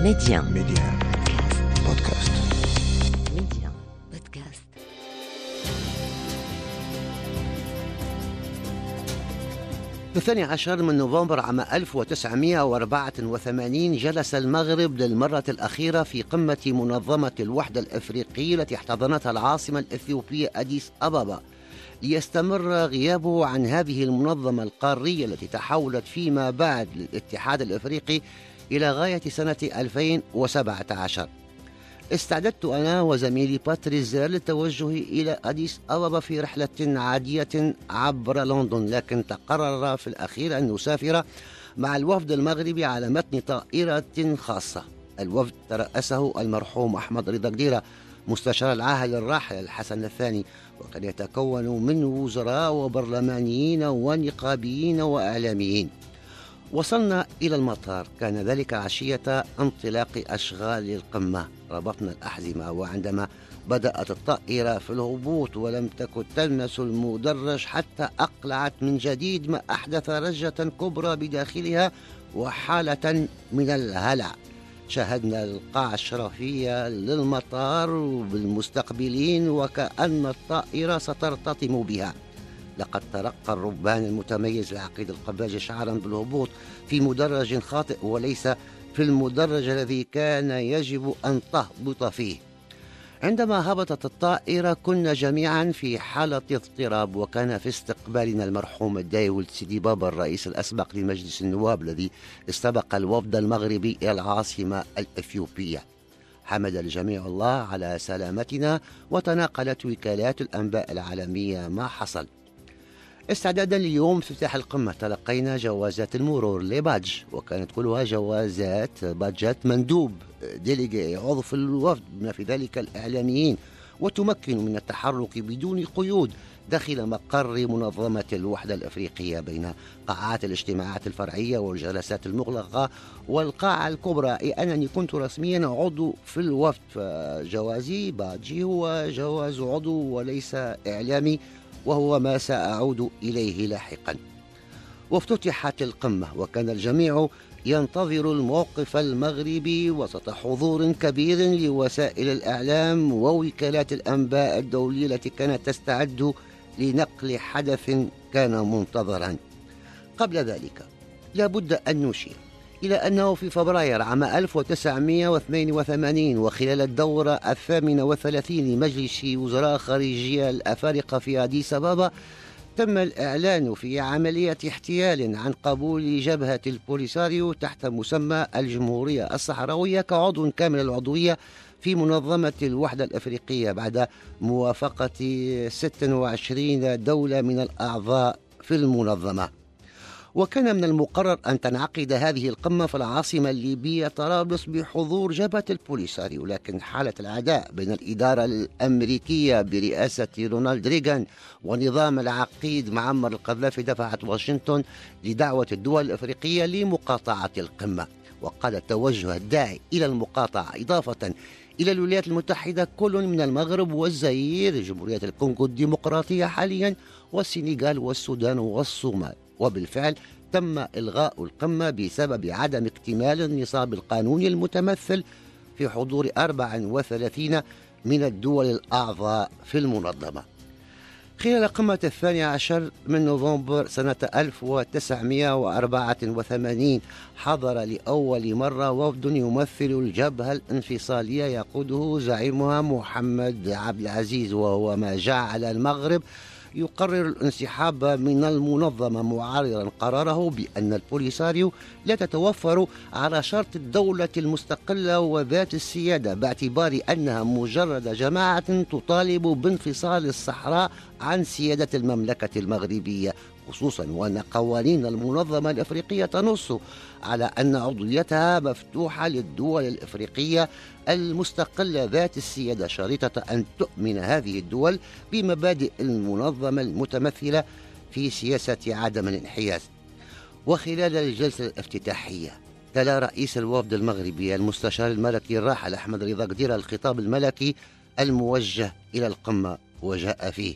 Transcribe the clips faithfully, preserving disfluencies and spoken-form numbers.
Média. Média. Podcast. Média. Podcast. في الثاني عشر من نوفمبر عام ألف وتسعمائة وأربعة وثمانين جلس المغرب للمرة الأخيرة في قمة منظمة الوحدة الأفريقية التي احتضنتها العاصمة الإثيوبية أديس أبابا، ليستمر غيابه عن هذه المنظمة القارية التي تحولت فيما بعد للاتحاد الأفريقي إلى غاية سنة ألفين وسبعة عشر. استعددت أنا وزميلي باتريس زير للتوجه إلى أديس أبابا في رحلة عادية عبر لندن، لكن تقرر في الأخير أن نسافر مع الوفد المغربي على متن طائرة خاصة. الوفد ترأسه المرحوم أحمد رضا قديرة مستشار العاهل الراحل الحسن الثاني، وقد يتكون من وزراء وبرلمانيين ونقابيين وإعلاميين. وصلنا إلى المطار، كان ذلك عشية انطلاق أشغال القمة. ربطنا الأحزمة، وعندما بدأت الطائرة في الهبوط ولم تكن تلمس المدرج حتى أقلعت من جديد، ما أحدث رجة كبرى بداخلها وحالة من الهلع. شاهدنا القاعة الشرفية للمطار بالمستقبلين وكأن الطائرة سترتطم بها. لقد ترقى الربان المتميز العقيد القباجي شعرا بالهبوط في مدرج خاطئ وليس في المدرج الذي كان يجب أن تهبط فيه. عندما هبطت الطائرة كنا جميعا في حالة اضطراب، وكان في استقبالنا المرحوم الدايول سيدي بابا الرئيس الأسبق لمجلس النواب الذي استبق الوفد المغربي إلى العاصمة الإثيوبية. حمد الجميع الله على سلامتنا، وتناقلت وكالات الأنباء العالمية ما حصل. استعدادا ليوم افتتاح القمة تلقينا جوازات المرور لبادج، وكانت كلها جوازات بادجات مندوب ديليجي عضو في الوفد، بما في ذلك الإعلاميين، وتمكن من التحرك بدون قيود داخل مقر منظمة الوحدة الأفريقية بين قاعات الاجتماعات الفرعية والجلسات المغلقة والقاعة الكبرى. أي أنني كنت رسميا عضو في الوفد، فجوازي بادجي هو جواز عضو وليس إعلامي، وهو ما سأعود إليه لاحقا. وافتتحت القمة، وكان الجميع ينتظر الموقف المغربي وسط حضور كبير لوسائل الإعلام ووكالات الأنباء الدولية التي كانت تستعد لنقل حدث كان منتظرا. قبل ذلك لا بد أن نشير إلى أنه في فبراير عام ألف وتسعمائة واثنين وثمانين، وخلال الدورة الثامنة والثلاثين لمجلس وزراء خارجية الأفارقة في أديس أبابا، تم الإعلان في عملية احتيال عن قبول جبهة البوليساريو تحت مسمى الجمهورية الصحراوية كعضو كامل العضوية في منظمة الوحدة الأفريقية بعد موافقة ستة وعشرين دولة من الأعضاء في المنظمة. وكان من المقرر أن تنعقد هذه القمة في العاصمة الليبية طرابلس بحضور جبهة البوليساريو، لكن حالة العداء بين الإدارة الأمريكية برئاسة رونالد ريغان ونظام العقيد معمر القذافي دفعت واشنطن لدعوة الدول الأفريقية لمقاطعة القمة، وقال التوجه الداعي إلى المقاطعة إضافة إلى الولايات المتحدة كل من المغرب والزائر، جمهورية الكونغو الديمقراطية حاليا، والسنغال والسودان والصومال. وبالفعل تم إلغاء القمة بسبب عدم اكتمال النصاب القانوني المتمثل في حضور أربع وثلاثين من الدول الأعضاء في المنظمة. خلال قمة الثاني عشر من نوفمبر سنة ألف وتسعمائة وأربعة وثمانين حضر لأول مرة وفد يمثل الجبهة الانفصالية يقوده زعيمها محمد عبد العزيز، وهو ما جعل المغرب يقرر الانسحاب من المنظمة، معارضا قراره بأن البوليساريو لا تتوفر على شرط الدولة المستقلة وذات السيادة، باعتبار أنها مجرد جماعة تطالب بانفصال الصحراء عن سيادة المملكة المغربية، خصوصا وأن قوانين المنظمة الأفريقية تنص على أن عضويتها مفتوحة للدول الأفريقية المستقلة ذات السيادة، شريطة أن تؤمن هذه الدول بمبادئ المنظمة المتمثلة في سياسة عدم الانحياز. وخلال الجلسة الافتتاحية تلا رئيس الوفد المغربي المستشار الملكي الراحل أحمد رضا قديرة الخطاب الملكي الموجه إلى القمة، وجاء فيه: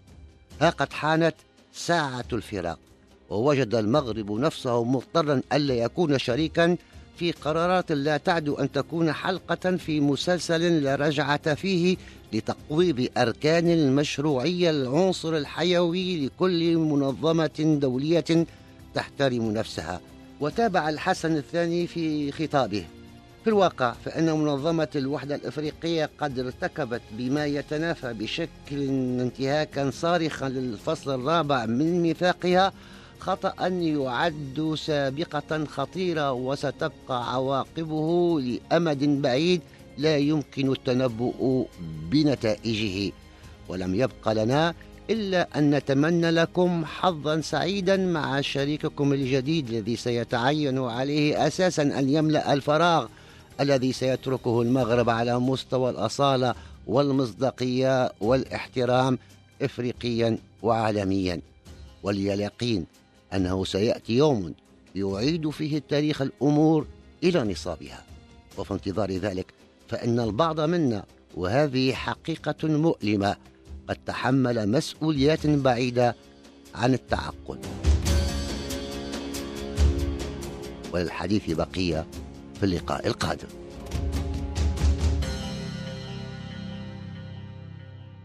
ها قد حانت ساعة الفراق، ووجد المغرب نفسه مضطرا ألا يكون شريكا في قرارات لا تعد أن تكون حلقة في مسلسل لا رجعة فيه لتقويض أركان المشروعية العنصر الحيوي لكل منظمة دولية تحترم نفسها. وتابع الحسن الثاني في خطابه: في الواقع فإن منظمة الوحدة الإفريقية قد ارتكبت بما يتنافى بشكل انتهاكا صارخا للفصل الرابع من ميثاقها خطأ يعد سابقة خطيرة وستبقى عواقبه لأمد بعيد لا يمكن التنبؤ بنتائجه. ولم يبق لنا إلا أن نتمنى لكم حظا سعيدا مع شريككم الجديد الذي سيتعين عليه أساسا أن يملأ الفراغ الذي سيتركه المغرب على مستوى الأصالة والمصداقية والاحترام إفريقيا وعالميا. ولي اليقين أنه سيأتي يوم يعيد فيه التاريخ الأمور إلى نصابها، وفي انتظار ذلك فإن البعض منا، وهذه حقيقة مؤلمة، قد تحمل مسؤوليات بعيدة عن التعقل. وللحديث بقية في اللقاء القادم.